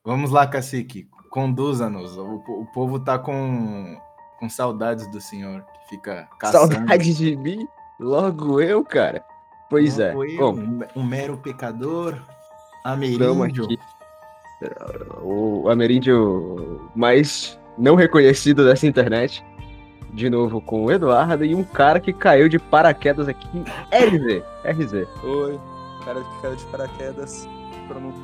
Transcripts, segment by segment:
Vamos lá, cacique. Conduza-nos. O povo tá com saudades do senhor, que fica caçando. Saudade de mim? Logo eu, cara. Pois é. Logo eu, Bom, um mero pecador, estamos ameríndio. aqui. O ameríndio mais não reconhecido dessa internet. De novo com o Eduardo e um cara que caiu de paraquedas aqui. RZ. RZ. Oi, cara que caiu de paraquedas pra não.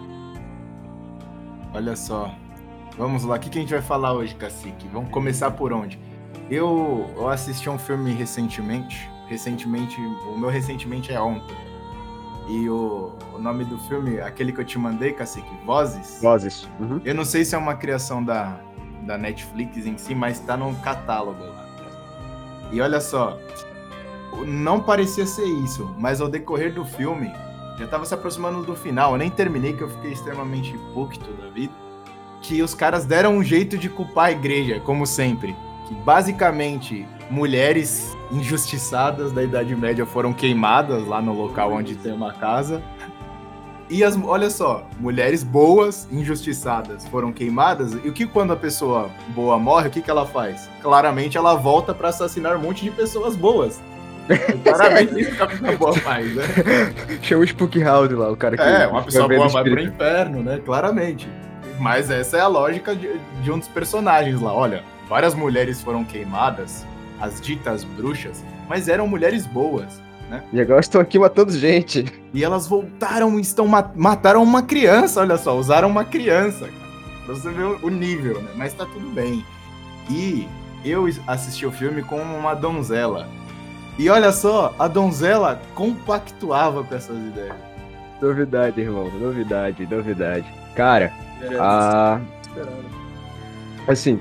Olha só. Vamos lá, o que a gente vai falar hoje, cacique? Vamos começar por onde? Eu assisti um filme recentemente. O meu recentemente é ontem. E o nome do filme, aquele que eu te mandei, cacique, Vozes. Vozes. Uhum. Eu não sei se é uma criação da Netflix em si, mas tá no catálogo lá. E olha só, não parecia ser isso, mas ao decorrer do filme, já tava se aproximando do final, eu nem terminei, que eu fiquei extremamente pucto da vida, que os caras deram um jeito de culpar a igreja, como sempre. Que basicamente mulheres injustiçadas da Idade Média foram queimadas lá no local onde tem uma casa. E olha só, mulheres boas, injustiçadas, foram queimadas. E o que quando a pessoa boa morre, o que ela faz? Claramente ela volta para assassinar um monte de pessoas boas. Claramente isso que a pessoa boa faz, né? Chama o Spook House lá, o cara que. Uma pessoa vê boa do vai pro espírito. inferno, né? Claramente. Mas essa é a lógica de um dos personagens lá. Olha, várias mulheres foram queimadas, as ditas bruxas, mas eram mulheres boas, né? E agora estão aqui matando gente. E elas voltaram e mataram uma criança, olha só, usaram uma criança, cara, pra você ver o nível, né? Mas tá tudo bem. E eu assisti o filme com uma donzela. E olha só, a donzela compactuava com essas ideias. Novidade, irmão. Novidade. Cara, a... Esperado. assim,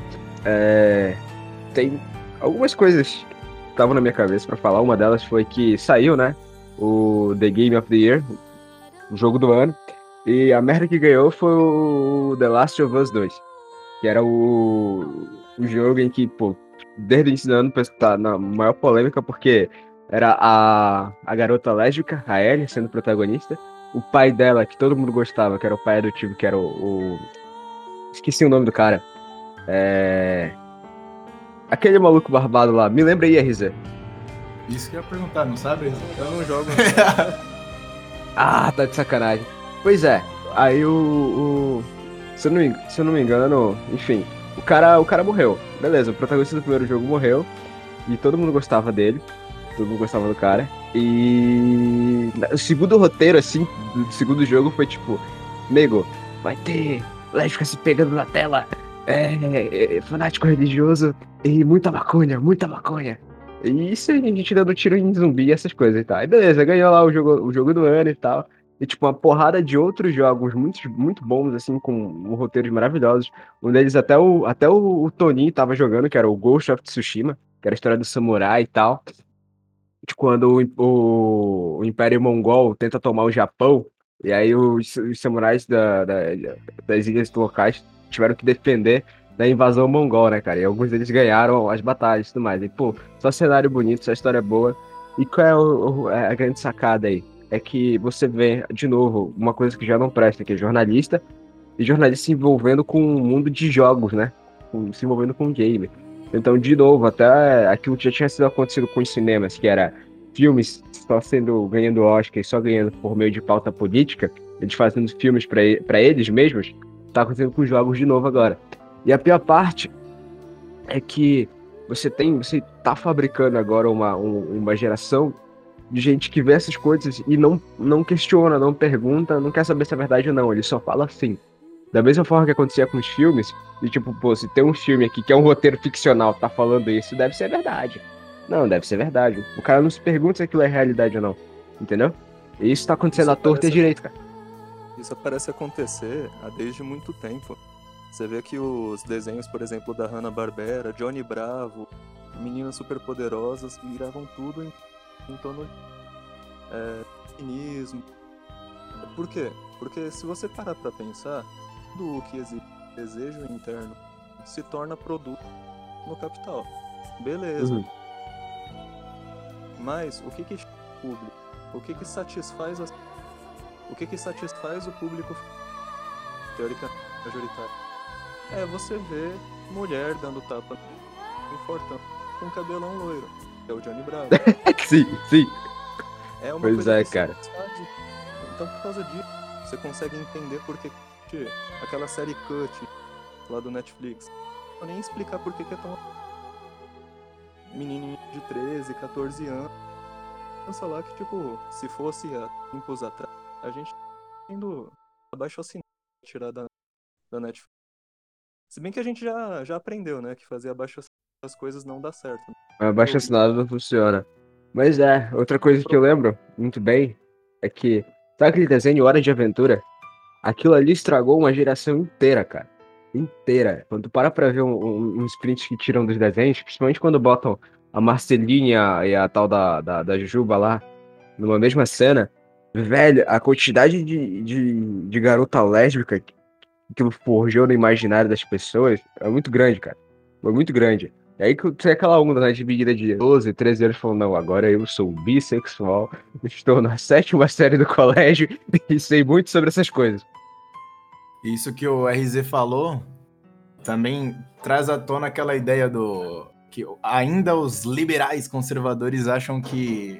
tem algumas coisas que estavam na minha cabeça pra falar. Uma delas foi que saiu, né? O The Game of the Year, o jogo do ano. E a merda que ganhou foi o The Last of Us 2. Que era o jogo em que, pô, desde o início do ano tá na maior polêmica, porque era a garota lésbica, a Ellie, sendo protagonista. O pai dela, que todo mundo gostava, que era o pai adotivo, que era esqueci o nome do cara. Aquele maluco barbado lá. Me lembra aí, RZ. Isso que eu ia perguntar, não sabe? Eu não jogo. Ah, tá de sacanagem. Pois é, aí se eu não me engano, enfim, o cara morreu. Beleza, o protagonista do primeiro jogo morreu e todo mundo gostava dele, todo mundo gostava do cara. E o segundo roteiro, assim, do segundo jogo foi tipo, nego, vai ter lésbica se pegando na tela, fanático religioso e muita maconha, muita maconha. E isso a gente dando tiro em zumbi e essas coisas e tal. Aí beleza, ganhou lá o jogo do ano e tal. E tipo, uma porrada de outros jogos muito, muito bons, assim, com roteiros maravilhosos. Um deles até o Toninho tava jogando, que era o Ghost of Tsushima, que era a história do samurai e tal. De quando o Império Mongol tenta tomar o Japão, e aí os samurais das ilhas locais tiveram que defender da invasão mongol, né, cara? E alguns deles ganharam as batalhas e tudo mais. E, pô, só cenário bonito, só história boa. E qual é a grande sacada aí? É que você vê, de novo, uma coisa que já não presta, que é jornalista, e jornalista se envolvendo com o mundo de jogos, né? Se envolvendo com game. Então, de novo, até aquilo que já tinha sido acontecido com os cinemas, que era filmes só ganhando Oscar e só ganhando por meio de pauta política, eles fazendo filmes para eles mesmos, tá acontecendo com os jogos de novo agora. E a pior parte é que você tá fabricando agora uma geração de gente que vê essas coisas e não questiona, não pergunta, não quer saber se é verdade ou não, ele só fala assim. Da mesma forma que acontecia com os filmes, e tipo, pô, se tem um filme aqui que é um roteiro ficcional, tá falando isso, deve ser verdade. Não, deve ser verdade. O cara não se pergunta se aquilo é realidade ou não. Entendeu? E isso tá acontecendo à torta e à direita, cara. Isso parece acontecer há desde muito tempo. Você vê que os desenhos, por exemplo, da Hanna-Barbera, Johnny Bravo, Meninas Superpoderosas, viravam tudo em torno de feminismo. Por quê? Porque se você parar pra pensar, tudo o que existe desejo interno se torna produto no capital. Beleza. Uhum. Mas o que chama o público? O que satisfaz o público teoricamente? majoritária. Você vê mulher dando tapa importante com cabelão loiro, que é o Johnny Bravo. Sim, sim. É uma Pois coisa é, que cara. você faz. Então, por causa disso, você consegue entender por que aquela série Cut lá do Netflix. Não vou nem explicar por que é tão. Menininho de 13, 14 anos. Pensa lá que, tipo, se fosse há tempos atrás, a gente tendo abaixo assinado tirar da Netflix. Se bem que a gente já aprendeu, né? Que fazer abaixo assinado as coisas não dá certo. Né? Mas abaixo assinado não funciona. Mas outra coisa que eu lembro muito bem é que, sabe aquele desenho Hora de Aventura? Aquilo ali estragou uma geração inteira, cara. Inteira. Quando tu para pra ver uns prints que tiram dos desenhos, principalmente quando botam a Marceline e a tal da Juba lá numa mesma cena, velho, a quantidade de garota lésbica que aquilo forjou no imaginário das pessoas é muito grande, cara. Foi muito grande. E aí que tem aquela onda, né, de menina de 12, 13 anos falando, não, agora eu sou bissexual, estou na 7ª série do colégio e sei muito sobre essas coisas. Isso que o RZ falou também traz à tona aquela ideia do que ainda os liberais conservadores acham que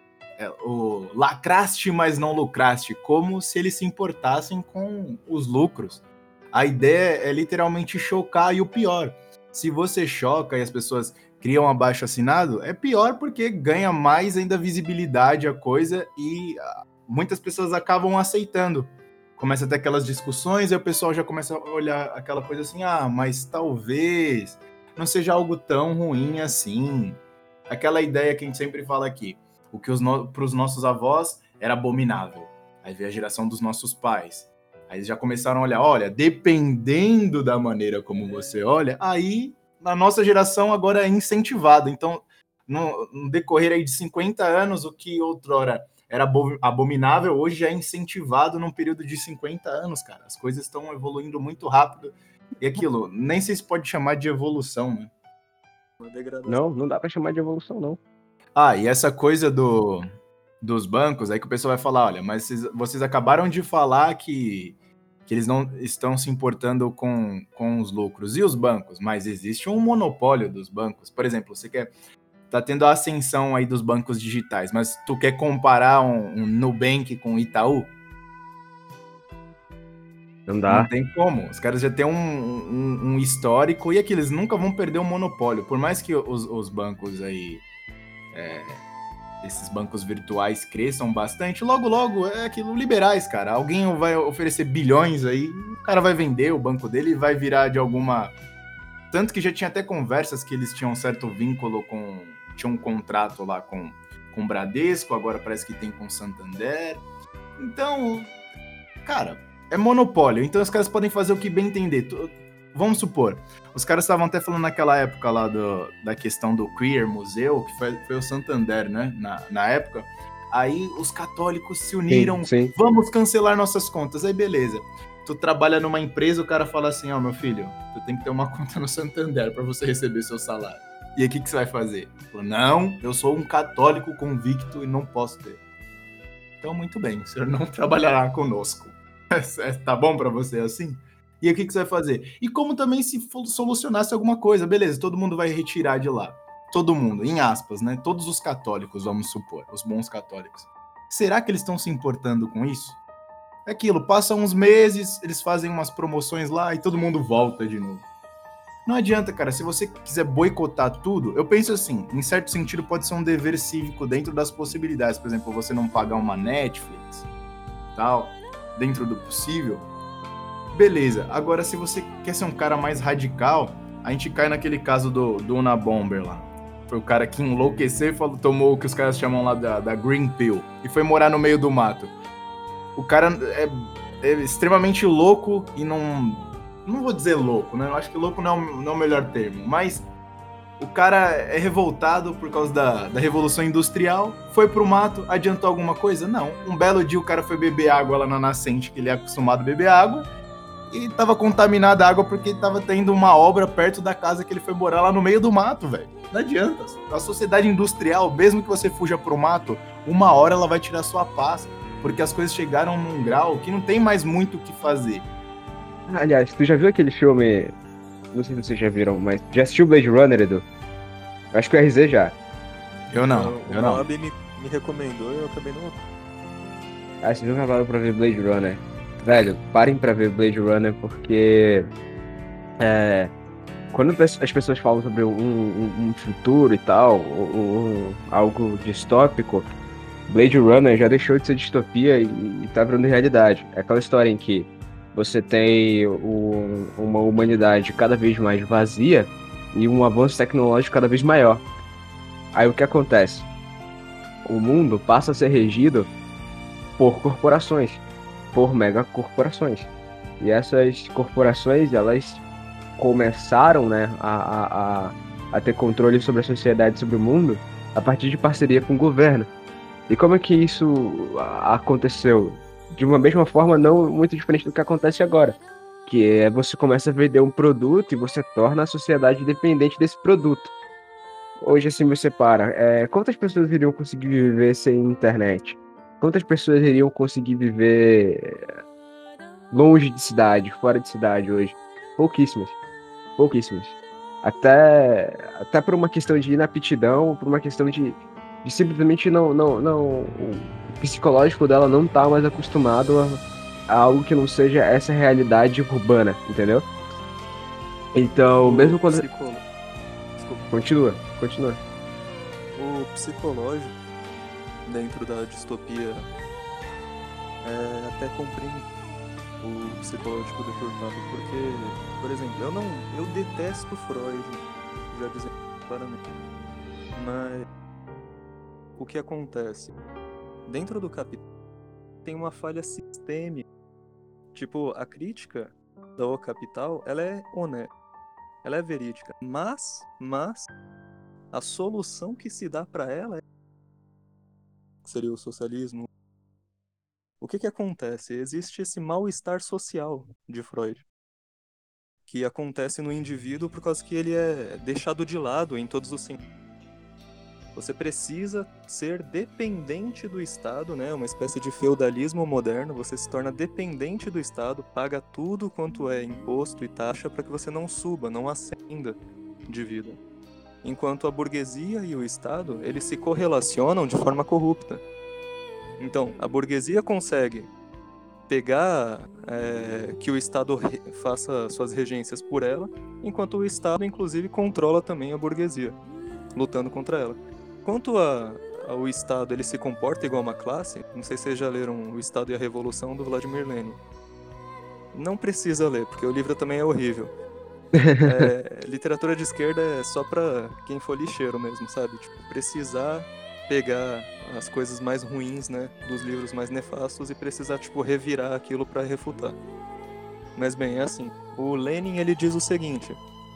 o lacraste, mas não lucraste, como se eles se importassem com os lucros. A ideia é literalmente chocar, e o pior, se você choca e as pessoas criam abaixo assinado, é pior porque ganha mais ainda visibilidade a coisa e muitas pessoas acabam aceitando. Começa a ter aquelas discussões e o pessoal já começa a olhar aquela coisa assim, mas talvez não seja algo tão ruim assim. Aquela ideia que a gente sempre fala aqui, o que para os nossos avós era abominável. Aí veio a geração dos nossos pais. Aí eles já começaram a olhar, olha, dependendo da maneira como você olha, aí na nossa geração agora é incentivado. Então, no decorrer aí de 50 anos, o que outrora era abominável, hoje é incentivado num período de 50 anos, cara. As coisas estão evoluindo muito rápido. E aquilo, nem sei se pode chamar de evolução, né? Uma degradação. Não dá pra chamar de evolução, não. E essa coisa dos bancos, aí que o pessoal vai falar, olha, mas vocês acabaram de falar que eles não estão se importando com os lucros. E os bancos? Mas existe um monopólio dos bancos. Por exemplo, tá tendo a ascensão aí dos bancos digitais, mas tu quer comparar um Nubank com o Itaú? Não Não dá. tem como. Os caras já têm um histórico e aqui eles nunca vão perder o monopólio. Por mais que os bancos aí, esses bancos virtuais cresçam bastante, logo é aquilo, liberais, cara. Alguém vai oferecer bilhões aí, o cara vai vender o banco dele e vai virar de alguma... Tanto que já tinha até conversas que eles tinham um certo vínculo tinha um contrato lá com o Bradesco, agora parece que tem com o Santander. Então, cara, é monopólio. Então os caras podem fazer o que bem entender. Vamos supor, os caras estavam até falando naquela época lá da questão do Queer Museu, que foi o Santander, né, na época. Aí os católicos se uniram, Sim. Vamos cancelar nossas contas. Aí beleza, tu trabalha numa empresa, o cara fala assim, meu filho, tu tem que ter uma conta no Santander para você receber seu salário. E aí o que você vai fazer? Falou, não, eu sou um católico convicto e não posso ter. Então muito bem, o senhor não trabalhará conosco. Tá bom para você assim? E aí o que você vai fazer? E como também se solucionasse alguma coisa, beleza, todo mundo vai retirar de lá. Todo mundo, em aspas, né? Todos os católicos, vamos supor, os bons católicos. Será que eles estão se importando com isso? É aquilo, passam uns meses, eles fazem umas promoções lá e todo mundo volta de novo. Não adianta, cara, se você quiser boicotar tudo, eu penso assim, em certo sentido pode ser um dever cívico dentro das possibilidades. Por exemplo, você não pagar uma Netflix, tal, dentro do possível. Beleza, agora se você quer ser um cara mais radical, a gente cai naquele caso do Unabomber lá. Foi o cara que enlouqueceu e tomou o que os caras chamam lá da Green Pill e foi morar no meio do mato. O cara é extremamente louco e não vou dizer louco, né? Eu acho que louco não é o melhor termo, mas o cara é revoltado por causa da Revolução Industrial, foi pro mato, adiantou alguma coisa? Não. Um belo dia o cara foi beber água lá na nascente, que ele é acostumado a beber água, e tava contaminada a água porque tava tendo uma obra perto da casa que ele foi morar lá no meio do mato, velho. Não adianta. A sociedade industrial, mesmo que você fuja pro mato, uma hora ela vai tirar sua paz, porque as coisas chegaram num grau que não tem mais muito o que fazer. Aliás, tu já viu aquele filme? Não sei se vocês já viram, mas já assistiu Blade Runner, Edu? Eu acho que o RZ já. Eu não, O eu não. Moab me recomendou e eu acabei não. Ah, vocês nunca pararam pra ver Blade Runner? Velho, parem pra ver Blade Runner porque é, quando as pessoas falam sobre um futuro e tal, algo distópico, Blade Runner já deixou de ser distopia e tá virando realidade. É aquela história em que você tem uma humanidade cada vez mais vazia e um avanço tecnológico cada vez maior. Aí o que acontece? O mundo passa a ser regido por corporações, por megacorporações. E essas corporações, elas começaram, né, a ter controle sobre a sociedade, sobre o mundo, a partir de parceria com o governo. E como é que isso aconteceu? De uma mesma forma, não muito diferente do que acontece agora, que é você começa a vender um produto e você torna a sociedade dependente desse produto. Hoje, assim, você para. Quantas pessoas iriam conseguir viver sem internet? Quantas pessoas iriam conseguir viver longe de cidade, fora de cidade hoje? Pouquíssimas. Pouquíssimas. Até por uma questão de inaptidão, por uma questão de simplesmente o psicológico dela não tá mais acostumado a algo que não seja essa realidade urbana, entendeu? Então, O mesmo quando. psicólogo. Desculpa. Continua, continua. O psicológico dentro da distopia até compreende o psicológico deturpado, porque, por exemplo, eu detesto Freud, já dizendo claramente, mas o que acontece? Dentro do Capital tem uma falha sistêmica, tipo, a crítica do Capital, ela é honesta, ela é verídica, mas a solução que se dá para ela seria o socialismo. O que acontece? Existe esse mal-estar social de Freud, que acontece no indivíduo por causa que ele é deixado de lado em todos os sentidos. Você precisa ser dependente do Estado, né? Uma espécie de feudalismo moderno. Você se torna dependente do Estado, paga tudo quanto é imposto e taxa para que você não suba, não ascenda de vida. Enquanto a burguesia e o Estado, eles se correlacionam de forma corrupta. Então, a burguesia consegue pegar que o Estado faça suas regências por ela, enquanto o Estado, inclusive, controla também a burguesia, lutando contra ela. Quanto ao Estado, ele se comporta igual uma classe, não sei se vocês já leram O Estado e a Revolução, do Vladimir Lenin. Não precisa ler, porque o livro também é horrível. Literatura de esquerda é só pra quem for lixeiro mesmo, sabe? Tipo, precisar pegar as coisas mais ruins, né, dos livros mais nefastos e precisar, tipo, revirar aquilo pra refutar. Mas bem, é assim. O Lenin, ele diz o seguinte: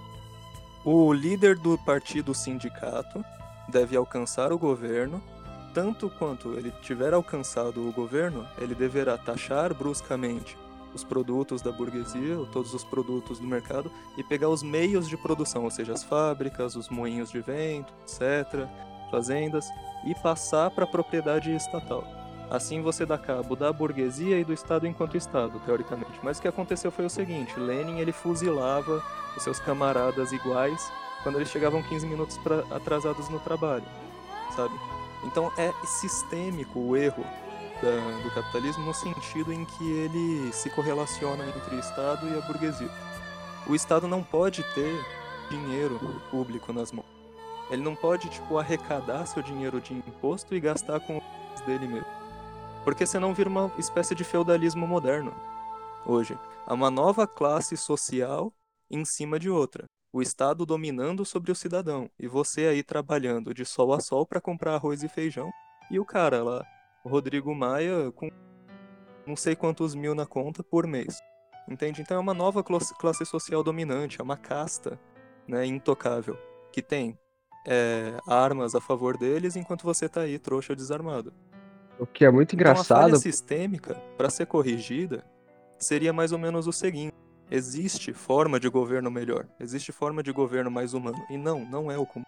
o líder do partido sindicato deve alcançar o governo, tanto quanto ele tiver alcançado o governo, ele deverá taxar bruscamente os produtos da burguesia, ou todos os produtos do mercado, e pegar os meios de produção, ou seja, as fábricas, os moinhos de vento, etc., fazendas, e passar para a propriedade estatal. Assim você dá cabo da burguesia e do Estado enquanto Estado, teoricamente. Mas o que aconteceu foi o seguinte: Lenin, ele fuzilava os seus camaradas iguais quando eles chegavam 15 minutos atrasados no trabalho, sabe? Então é sistêmico o erro do capitalismo no sentido em que ele se correlaciona entre o Estado e a burguesia. O Estado não pode ter dinheiro público nas mãos. Ele não pode, tipo, arrecadar seu dinheiro de imposto e gastar com os dele mesmo. Porque senão vira uma espécie de feudalismo moderno. Hoje, há uma nova classe social em cima de outra. O Estado dominando sobre o cidadão. E você aí trabalhando de sol a sol para comprar arroz e feijão. E o cara lá, o Rodrigo Maia, com não sei quantos mil na conta por mês. Entende? Então é uma nova classe social dominante, é uma casta, né, intocável, que tem armas a favor deles enquanto você tá aí trouxa desarmado. O que é muito Então a falha engraçado. sistêmica, para ser corrigida, seria mais ou menos o seguinte: existe forma de governo melhor, existe forma de governo mais humano, e não é o comum.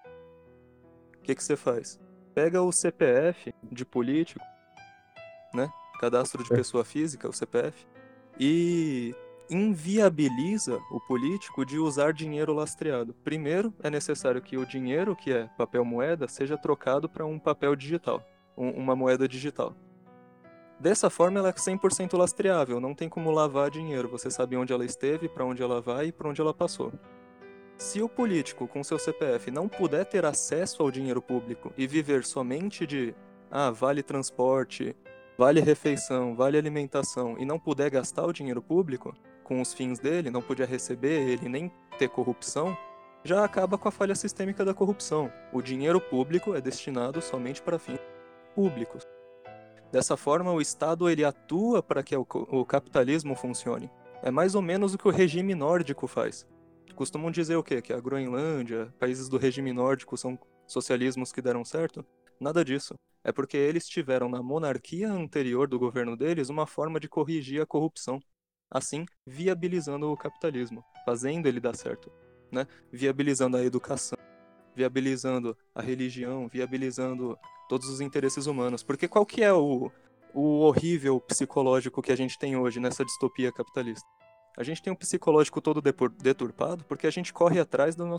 O que você faz? Pega o CPF de político, né? Cadastro de pessoa física, o CPF, e inviabiliza o político de usar dinheiro lastreado. Primeiro, é necessário que o dinheiro, que é papel moeda, seja trocado para um papel digital, uma moeda digital. Dessa forma, ela é 100% lastreável, não tem como lavar dinheiro. Você sabe onde ela esteve, para onde ela vai e para onde ela passou. Se o político, com seu CPF, não puder ter acesso ao dinheiro público e viver somente de vale transporte, vale refeição, vale alimentação, e não puder gastar o dinheiro público com os fins dele, não puder receber ele, nem ter corrupção, já acaba com a falha sistêmica da corrupção. O dinheiro público é destinado somente para fins públicos. Dessa forma, o Estado ele atua para que o capitalismo funcione. É mais ou menos o que o regime nórdico faz. Costumam dizer o quê? Que a Groenlândia, países do regime nórdico são socialismos que deram certo? Nada disso. É porque eles tiveram na monarquia anterior do governo deles uma forma de corrigir a corrupção. Assim, viabilizando o capitalismo, fazendo ele dar certo, né? Viabilizando a educação, viabilizando a religião, viabilizando todos os interesses humanos. Porque qual que é o horrível psicológico que a gente tem hoje nessa distopia capitalista? A gente tem um psicológico todo deturpado porque a gente corre atrás das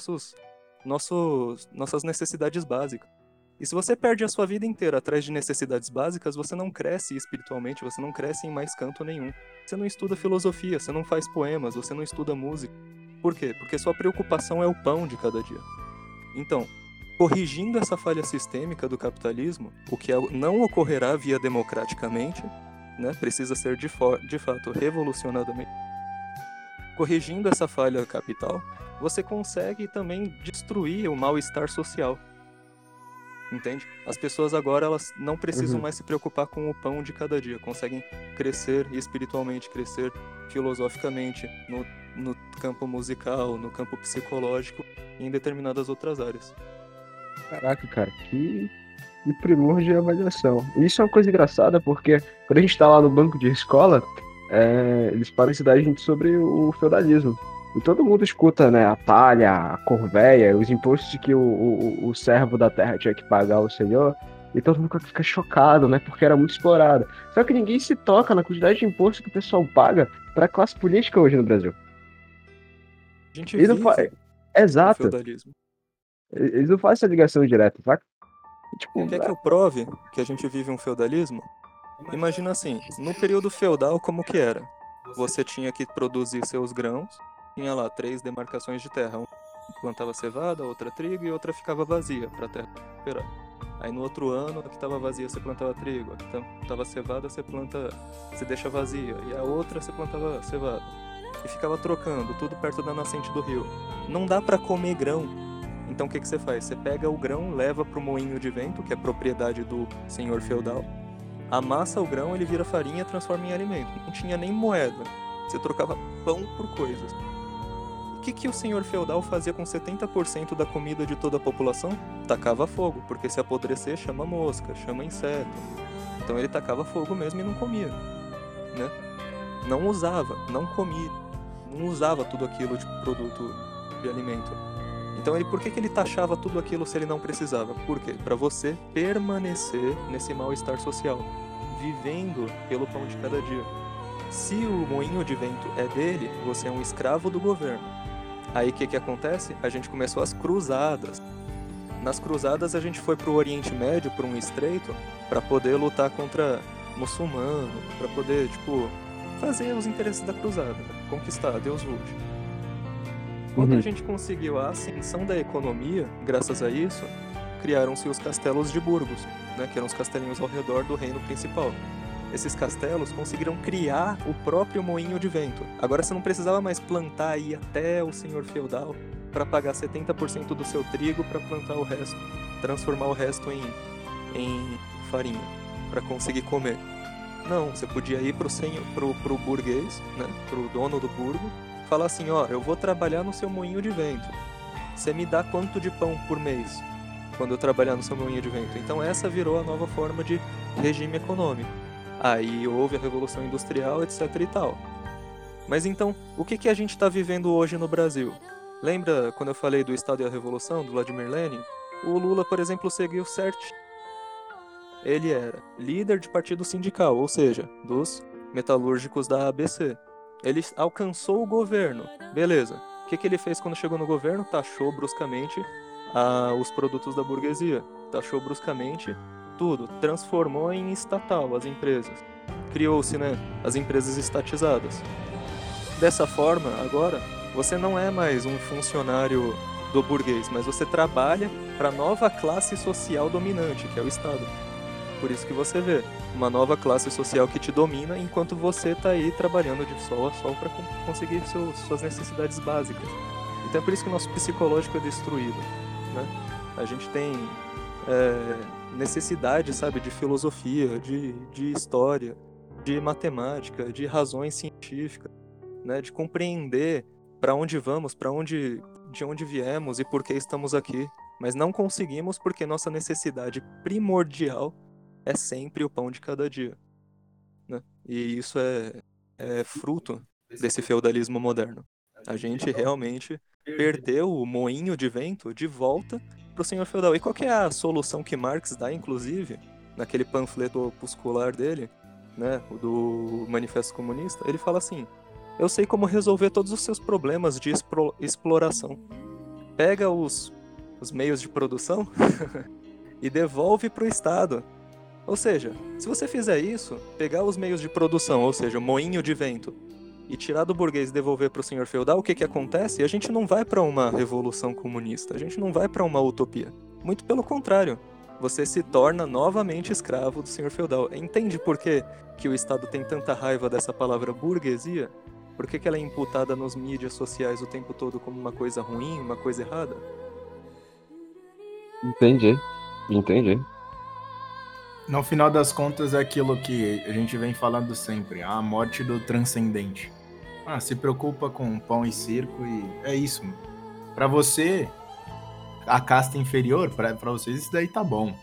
nossas necessidades básicas. E se você perde a sua vida inteira atrás de necessidades básicas, você não cresce espiritualmente, você não cresce em mais canto nenhum. Você não estuda filosofia, você não faz poemas, você não estuda música. Por quê? Porque sua preocupação é o pão de cada dia. Então, corrigindo essa falha sistêmica do capitalismo, o que não ocorrerá via democraticamente, né? Precisa ser de fato revolucionadamente. Corrigindo essa falha capital, você consegue também destruir o mal-estar social. Entende? As pessoas agora elas não precisam mais se preocupar com o pão de cada dia, conseguem crescer espiritualmente, crescer filosoficamente no campo musical, no campo psicológico e em determinadas outras áreas. Caraca, cara, que primor de avaliação. E isso é uma coisa engraçada, porque quando a gente tá lá no banco de escola, eles param de ensinar a gente sobre o feudalismo. E todo mundo escuta, né, a palha, a corvéia, os impostos que o servo da terra tinha que pagar ao senhor. E todo mundo fica chocado, né, porque era muito explorado. Só que ninguém se toca na quantidade de imposto que o pessoal paga para a classe política hoje no Brasil. A gente Eles não vive Exato. o feudalismo. Eles não fazem essa ligação direta, tá? Tipo, Quer que eu prove que a gente vive um feudalismo? Imagina assim, no período feudal como que era? Você tinha que produzir seus grãos, tinha lá 3 demarcações de terra. Uma plantava cevada, outra trigo e outra ficava vazia para a terra recuperar. Aí no outro ano, a que estava vazia você plantava trigo, a que estava cevada você deixa vazia, e a outra você plantava cevada. E ficava trocando, tudo perto da nascente do rio. Não dá para comer grão. Então o que você faz? Você pega o grão, leva pro moinho de vento, que é propriedade do senhor feudal, amassa o grão, ele vira farinha e transforma em alimento. Não tinha nem moeda. Você trocava pão por coisas. O que o senhor feudal fazia com 70% da comida de toda a população? Tacava fogo, porque se apodrecer chama mosca, chama inseto. Então ele tacava fogo mesmo e não comia, né? Não usava, não comia, não usava tudo aquilo de produto de alimento. Então por que ele taxava tudo aquilo se ele não precisava? Por quê? Para você permanecer nesse mal-estar social, vivendo pelo pão de cada dia. Se o moinho de vento é dele, você é um escravo do governo. Aí o que acontece? A gente começou as cruzadas. Nas cruzadas a gente foi pro Oriente Médio, por um estreito, para poder lutar contra muçulmano, para poder, fazer os interesses da cruzada, conquistar, Deus volte. Quando a gente conseguiu a ascensão da economia, graças a isso, criaram-se os castelos de Burgos, né, que eram os castelinhos ao redor do reino principal. Esses castelos conseguiram criar o próprio moinho de vento. Agora você não precisava mais plantar e ir até o senhor feudal para pagar 70% do seu trigo para plantar o resto, transformar o resto em farinha, para conseguir comer. Não, você podia ir pro burguês, né, pro dono do burgo, falar assim, eu vou trabalhar no seu moinho de vento. Você me dá quanto de pão por mês quando eu trabalhar no seu moinho de vento? Então essa virou a nova forma de regime econômico. Aí houve a Revolução Industrial, etc e tal. Mas então, o que a gente está vivendo hoje no Brasil? Lembra quando eu falei do Estado e a Revolução, do Vladimir Lenin? O Lula, por exemplo, seguiu certinho. Ele era líder de partido sindical, ou seja, dos metalúrgicos da ABC. Ele alcançou o governo, beleza. O que ele fez quando chegou no governo? Taxou bruscamente os produtos da burguesia. Taxou bruscamente tudo. Transformou em estatal as empresas. Criou-se, né, as empresas estatizadas. Dessa forma, agora, você não é mais um funcionário do burguês, mas você trabalha para a nova classe social dominante, que é o Estado. Por isso que você vê uma nova classe social que te domina, enquanto você está aí trabalhando de sol a sol para conseguir suas necessidades básicas. Então é por isso que o nosso psicológico é destruído, né? A gente tem necessidade, sabe, de filosofia, de história, de matemática, de razões científicas, né? De compreender para onde vamos, de onde viemos e por que estamos aqui. Mas não conseguimos porque nossa necessidade primordial é sempre o pão de cada dia, né? E isso é fruto desse feudalismo moderno. A gente realmente perdeu o moinho de vento de volta para o senhor feudal. E qual que é a solução que Marx dá, inclusive, naquele panfleto opuscular dele, né, o do Manifesto Comunista? Ele fala assim: eu sei como resolver todos os seus problemas de exploração. Pega os meios de produção e devolve para o Estado. Ou seja, se você fizer isso, pegar os meios de produção, ou seja, o moinho de vento, e tirar do burguês e devolver para o senhor feudal, o que acontece? A gente não vai para uma revolução comunista, a gente não vai para uma utopia. Muito pelo contrário, você se torna novamente escravo do senhor feudal. Entende por que o Estado tem tanta raiva dessa palavra burguesia? Por que ela é imputada nos mídias sociais o tempo todo como uma coisa ruim, uma coisa errada? Entendi. No final das contas, é aquilo que a gente vem falando sempre, a morte do transcendente. Se preocupa com pão e circo e é isso. Pra você, a casta inferior, pra vocês isso daí tá bom.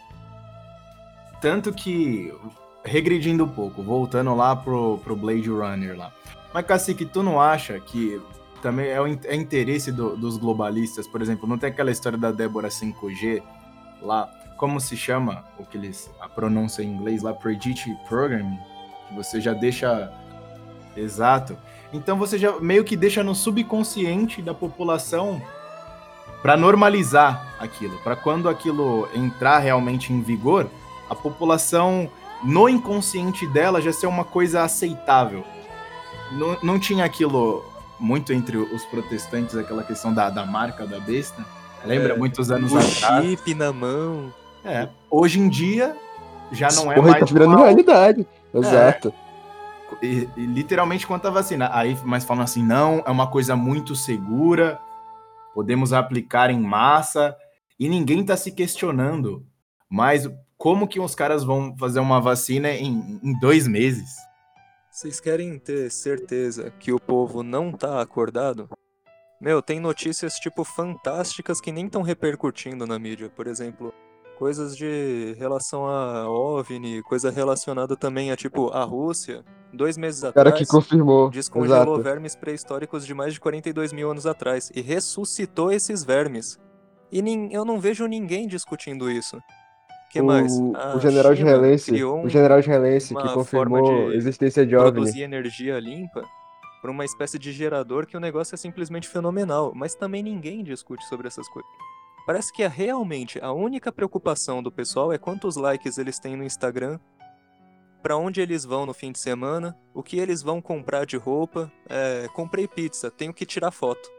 Tanto que, regredindo um pouco, voltando lá pro Blade Runner lá. Mas, Cacique, tu não acha que também é interesse dos globalistas, por exemplo, não tem aquela história da Débora 5G lá, como se chama a pronúncia em inglês lá, Predict Programming, que você já deixa... Exato. Então você já meio que deixa no subconsciente da população para normalizar aquilo, para quando aquilo entrar realmente em vigor, a população, no inconsciente dela, já ser uma coisa aceitável. Não tinha aquilo muito entre os protestantes, aquela questão da marca da besta? Lembra muitos anos atrás? O chip na mão. Hoje em dia já não é Porra, mais... tá virando realidade. Exato. E literalmente quanto à vacina. Aí, mas falam assim, não, é uma coisa muito segura, podemos aplicar em massa, e ninguém tá se questionando. Mas como que os caras vão fazer uma vacina em 2 meses? Vocês querem ter certeza que o povo não tá acordado? Meu, tem notícias, tipo, fantásticas que nem estão repercutindo na mídia. Por exemplo, coisas de relação a OVNI, coisa relacionada também a, tipo, a Rússia. 2 meses O cara que atrás, confirmou. descongelou Exato. vermes pré-históricos de mais de 42 mil anos atrás e ressuscitou esses vermes. E eu não vejo ninguém discutindo isso. Que mais? O A general China israelense, criou que uma forma confirmou a de existência de OVNI. produzir energia limpa por uma espécie de gerador que o negócio é simplesmente fenomenal, mas também ninguém discute sobre essas coisas. Parece que realmente a única preocupação do pessoal é quantos likes eles têm no Instagram, pra onde eles vão no fim de semana, o que eles vão comprar de roupa, comprei pizza, tenho que tirar foto.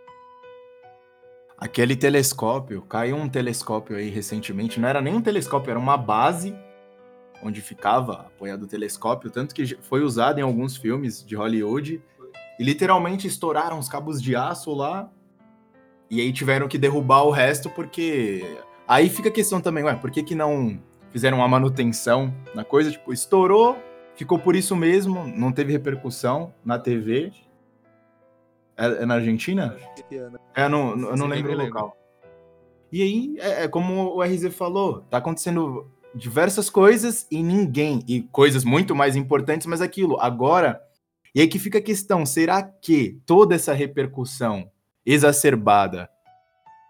Aquele telescópio, caiu um telescópio aí recentemente, não era nem um telescópio, era uma base onde ficava apoiado o telescópio, tanto que foi usado em alguns filmes de Hollywood, e literalmente estouraram os cabos de aço lá, e aí tiveram que derrubar o resto, porque... Aí fica a questão também, por que não fizeram uma manutenção na coisa? Tipo, estourou, ficou por isso mesmo, não teve repercussão na TV. É na Argentina? Eu não lembro o local. E aí, como o RZ falou, tá acontecendo diversas coisas e coisas muito mais importantes, mas aquilo, agora... E aí que fica a questão, será que toda essa repercussão exacerbada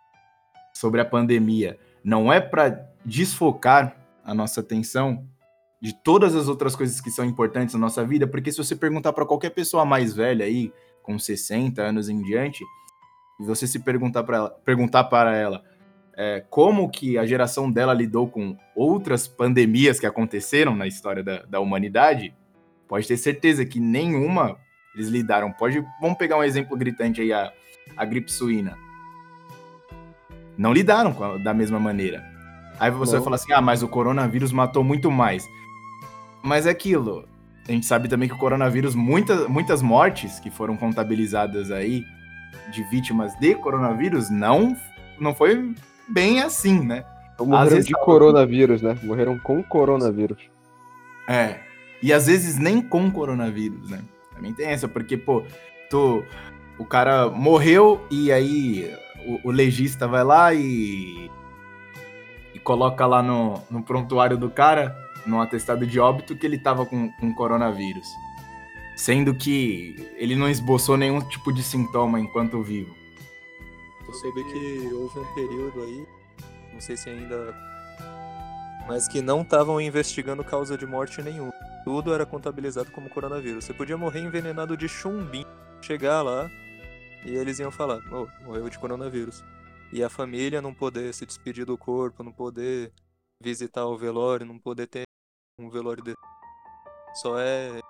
sobre a pandemia não é para desfocar a nossa atenção de todas as outras coisas que são importantes na nossa vida, porque se você perguntar para qualquer pessoa mais velha aí, com 60 anos em diante, e você se perguntar para ela como que a geração dela lidou com outras pandemias que aconteceram na história da humanidade, pode ter certeza que nenhuma eles lidaram. Vamos pegar um exemplo gritante aí, a gripe suína. Não lidaram da mesma maneira. Aí você vai falar assim, mas o coronavírus matou muito mais. Mas é aquilo, a gente sabe também que o coronavírus, muitas mortes que foram contabilizadas aí de vítimas de coronavírus, não foi bem assim, né? Morreram de coronavírus, né? Morreram com coronavírus. E às vezes nem com coronavírus, né? Também tem essa, porque, pô, o cara morreu e aí o legista vai lá e coloca lá no prontuário do cara, no atestado de óbito, que ele tava com coronavírus. Sendo que ele não esboçou nenhum tipo de sintoma enquanto vivo. Eu soube que houve um período aí, não sei se ainda, mas que não estavam investigando causa de morte nenhuma. Tudo era contabilizado como coronavírus. Você podia morrer envenenado de chumbinho, chegar lá e eles iam falar, morreu de coronavírus. E a família não poder se despedir do corpo, não poder visitar o velório, não poder ter um velório desse. Só é,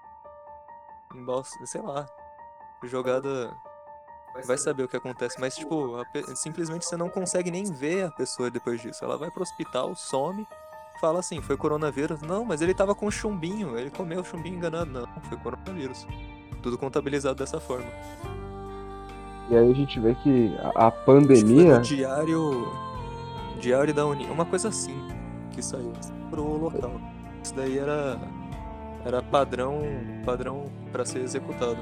sei lá, jogada... Vai saber o que acontece, mas tipo, simplesmente você não consegue nem ver a pessoa depois disso. Ela vai pro hospital, some, fala assim, foi coronavírus. Não, mas ele tava com chumbinho, ele comeu chumbinho enganado. Não, foi coronavírus. Tudo contabilizado dessa forma. E aí a gente vê que a pandemia... Acho que foi no Diário da União, uma coisa assim, que saiu pro local. Isso daí era padrão para ser executado.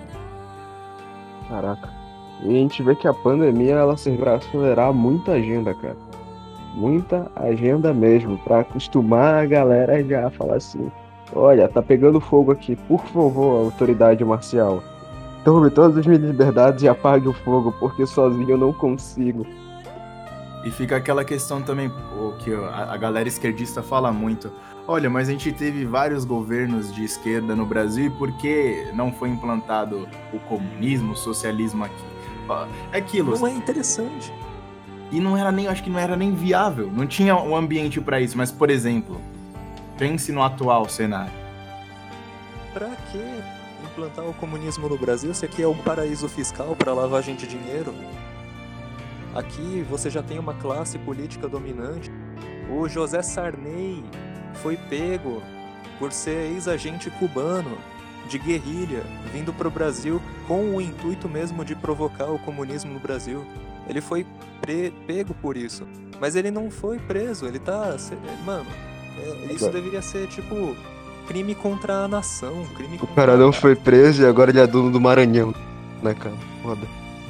Caraca. E a gente vê que a pandemia, ela serviu pra acelerar muita agenda, cara. Muita agenda mesmo, pra acostumar a galera já a falar assim, olha, tá pegando fogo aqui, por favor, autoridade marcial. Tome todas as minhas liberdades e apague o fogo, porque sozinho eu não consigo. E fica aquela questão também, que a galera esquerdista fala muito. Olha, mas a gente teve vários governos de esquerda no Brasil e por que não foi implantado o comunismo, o socialismo aqui? É aquilo. Não é interessante. E acho que não era nem viável. Não tinha um ambiente para isso. Mas, por exemplo, pense no atual cenário. Pra que implantar o comunismo no Brasil se aqui é um paraíso fiscal para lavagem de dinheiro? Aqui você já tem uma classe política dominante. O José Sarney foi pego por ser ex-agente cubano de guerrilha, vindo pro Brasil com o intuito mesmo de provocar o comunismo no Brasil. Ele foi pego por isso. Mas ele não foi preso, ele tá... Mano, isso deveria ser, tipo, crime contra a nação, crime contra... O cara não foi preso e agora ele é dono do Maranhão, né, cara? Foda.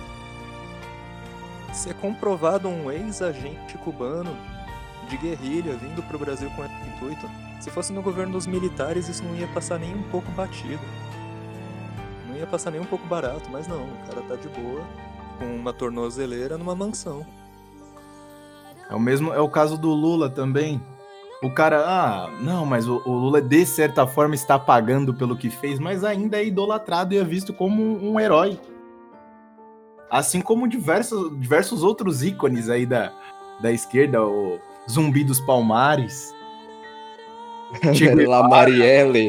Se é comprovado um ex-agente cubano de guerrilha vindo pro Brasil com esse intuito, se fosse no governo dos militares, isso não ia passar nem um pouco batido. Não ia passar nem um pouco barato, mas não, o cara tá de boa, com uma tornozeleira numa mansão. É o caso do Lula também. O cara, não, mas o Lula de certa forma está pagando pelo que fez, mas ainda é idolatrado e é visto como um herói. Assim como diversos outros ícones aí da esquerda, o Zumbi dos Palmares. La Marielle.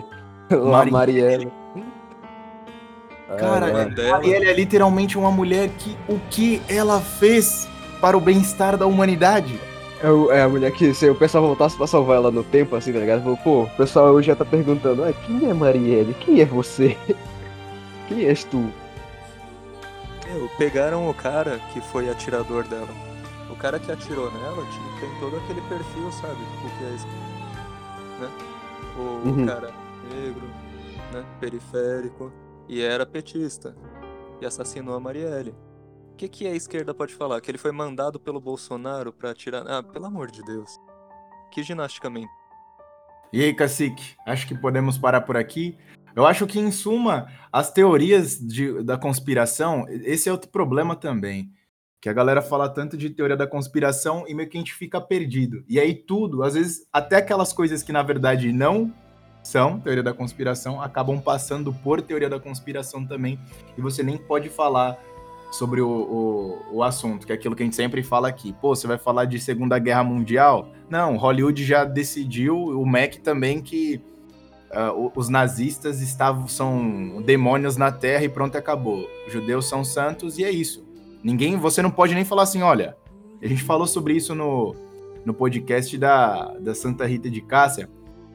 Cara, Marielle é literalmente uma mulher que o que ela fez para o bem-estar da humanidade. É a mulher que, se o pessoal voltasse pra salvar ela no tempo, assim, tá ligado? Falou, pô, o pessoal hoje já tá perguntando, quem é Marielle? Quem é você? Quem és tu? Pegaram o cara que foi atirador dela. O cara que atirou nela tem todo aquele perfil, sabe? O que é isso, né? O cara negro, né? Periférico. E era petista. E assassinou a Marielle. O que a esquerda pode falar? Que ele foi mandado pelo Bolsonaro pra atirar... Ah, pelo amor de Deus. Que ginástica mental. E aí, cacique? Acho que podemos parar por aqui. Eu acho que, em suma, as teorias da conspiração, esse é outro problema também. Que a galera fala tanto de teoria da conspiração e meio que a gente fica perdido. E aí tudo, às vezes, até aquelas coisas que na verdade não são teoria da conspiração, acabam passando por teoria da conspiração também. E você nem pode falar sobre o assunto, que é aquilo que a gente sempre fala aqui. Pô, você vai falar de Segunda Guerra Mundial? Não, Hollywood já decidiu, o Mac também, que os nazistas são demônios na Terra e pronto, acabou. Os judeus são santos e é isso. Você não pode nem falar assim, olha, a gente falou sobre isso no podcast da Santa Rita de Cássia.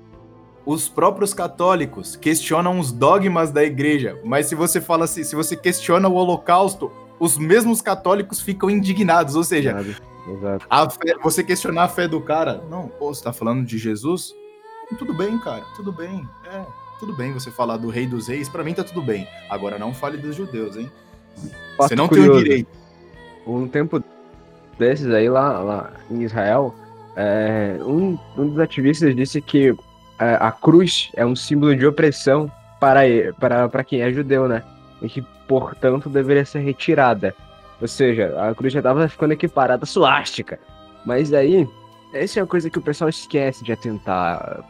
Os próprios católicos questionam os dogmas da igreja, mas se você fala assim, se você questiona o Holocausto, os mesmos católicos ficam indignados, ou seja, Exato. você questionar a fé do cara, não, pô, você tá falando de Jesus? Tudo bem, cara, tudo bem, tudo bem você falar do Rei dos Reis, pra mim tá tudo bem, agora não fale dos judeus, hein? Você não curioso. tem o direito. Um tempo desses aí, lá em Israel, um dos ativistas disse que a cruz é um símbolo de opressão para quem é judeu, né? E que, portanto, deveria ser retirada. Ou seja, a cruz já estava ficando equiparada à suástica. Mas aí, essa é uma coisa que o pessoal esquece de atentar.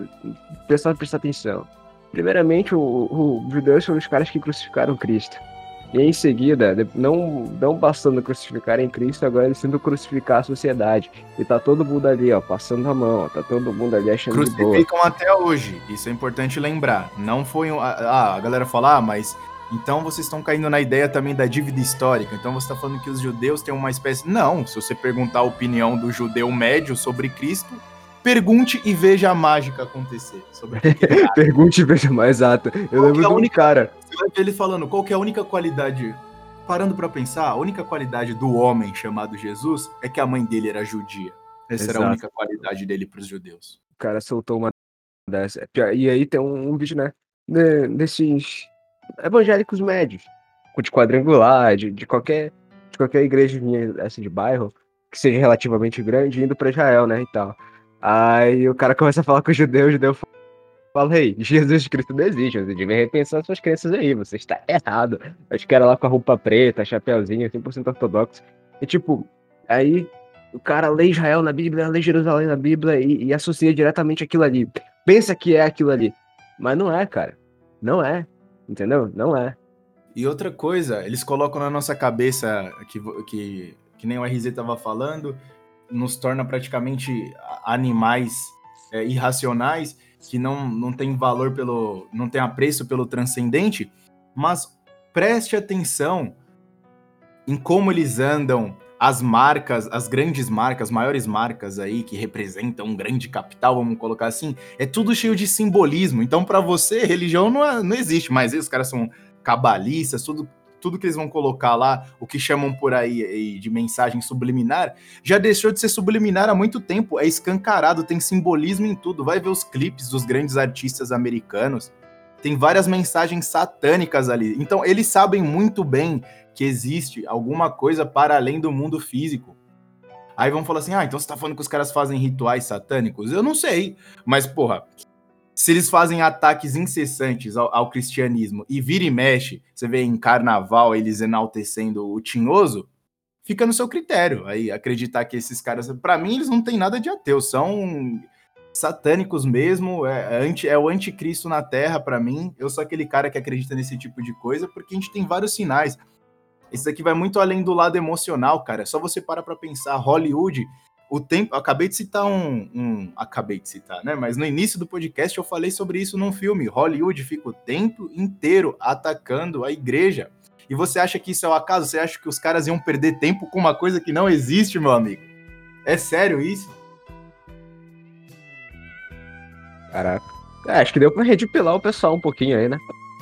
O pessoal presta atenção. Primeiramente, os judeus foram os caras que crucificaram Cristo. E em seguida, não bastando crucificar em Cristo, agora eles tentam crucificar a sociedade. E tá todo mundo ali, ó, passando a mão, ó, tá todo mundo ali achando de boa. Crucificam até hoje, isso é importante lembrar. Não foi a galera fala, mas então vocês estão caindo na ideia também da dívida histórica. Então você está falando que os judeus têm uma espécie... Não, se você perguntar a opinião do judeu médio sobre Cristo, pergunte e veja a mágica acontecer. Sobre Pergunte e veja mais exato. Eu lembro de um cara. Você vai ver ele falando, qual que é a única qualidade... Parando para pensar, a única qualidade do homem chamado Jesus é que a mãe dele era judia. Essa era a única qualidade dele para os judeus. O cara soltou uma dessa. E aí tem um vídeo, né? Desses evangélicos médios. De quadrangular, de qualquer igrejinha essa de bairro, que seja relativamente grande, indo pra Israel, né? E tal. Aí o cara começa a falar com o judeu fala, ei, Jesus Cristo não existe, você deve repensar suas crenças aí, você está errado. Os caras lá com a roupa preta, chapéuzinho, 100% ortodoxo. E tipo, aí o cara lê Israel na Bíblia, lê Jerusalém na Bíblia e associa diretamente aquilo ali. Pensa que é aquilo ali. Mas não é, cara. Não é. Entendeu? Não é. E outra coisa, eles colocam na nossa cabeça que nem o RZ tava falando, nos torna praticamente animais irracionais, que não tem valor não tem apreço pelo transcendente, mas preste atenção em como eles andam, as marcas, as grandes marcas, maiores marcas aí que representam um grande capital, vamos colocar assim, é tudo cheio de simbolismo. Então, para você, religião não existe, mas os caras são cabalistas, tudo que eles vão colocar lá, o que chamam por aí de mensagem subliminar, já deixou de ser subliminar há muito tempo, é escancarado, tem simbolismo em tudo. Vai ver os clipes dos grandes artistas americanos, tem várias mensagens satânicas ali. Então, eles sabem muito bem que existe alguma coisa para além do mundo físico. Aí vão falar assim, então você tá falando que os caras fazem rituais satânicos? Eu não sei, mas porra, se eles fazem ataques incessantes ao cristianismo e vira e mexe, você vê em carnaval eles enaltecendo o tinhoso, fica no seu critério. Aí acreditar que esses caras, pra mim, eles não têm nada de ateu, são satânicos mesmo, é o anticristo na Terra pra mim. Eu sou aquele cara que acredita nesse tipo de coisa porque a gente tem vários sinais. Esse daqui vai muito além do lado emocional, cara. É só você parar pra pensar. Hollywood, acabei de citar acabei de citar, né? Mas no início do podcast eu falei sobre isso num filme. Hollywood fica o tempo inteiro atacando a igreja. E você acha que isso é o acaso? Você acha que os caras iam perder tempo com uma coisa que não existe, meu amigo? É sério isso? Caraca. Acho que deu pra redipilar o pessoal um pouquinho aí, né?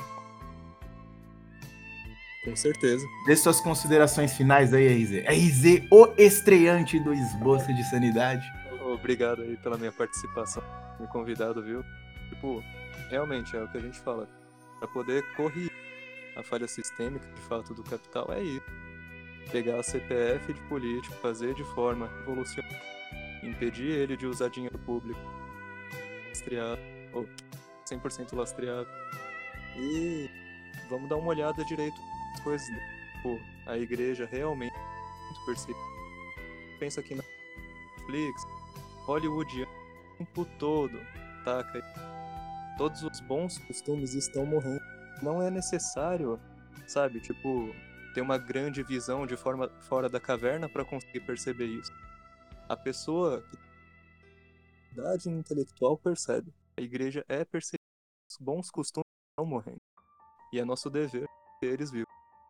Com certeza. Dê suas considerações finais aí, RZ. RZ, o estreante do Esboço de Sanidade. Obrigado aí pela minha participação, me convidado, viu? Tipo, realmente é o que a gente fala. Para poder corrigir a falha sistêmica, de fato, do capital, é isso. Pegar a CPF de político, fazer de forma revolucionária, impedir ele de usar dinheiro público lastreado, ou 100% lastreado. E vamos dar uma olhada direito nas coisas. Pô, a igreja realmente percebido. Pensa aqui na Netflix, Hollywood o tempo todo, taca? Todos os bons costumes estão morrendo. Não é necessário, sabe, tipo, ter uma grande visão de forma fora da caverna para conseguir perceber isso. A pessoa que tem idade intelectual percebe. A igreja é perceber os bons costumes estão morrendo. E é nosso dever ter eles vivos.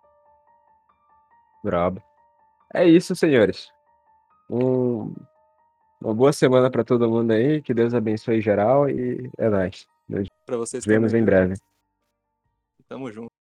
Brabo. É isso, senhores. Um- uma boa semana pra todo mundo aí. Que Deus abençoe geral e é nóis. Nos Pra vocês vemos também, em viu? breve. Tamo junto.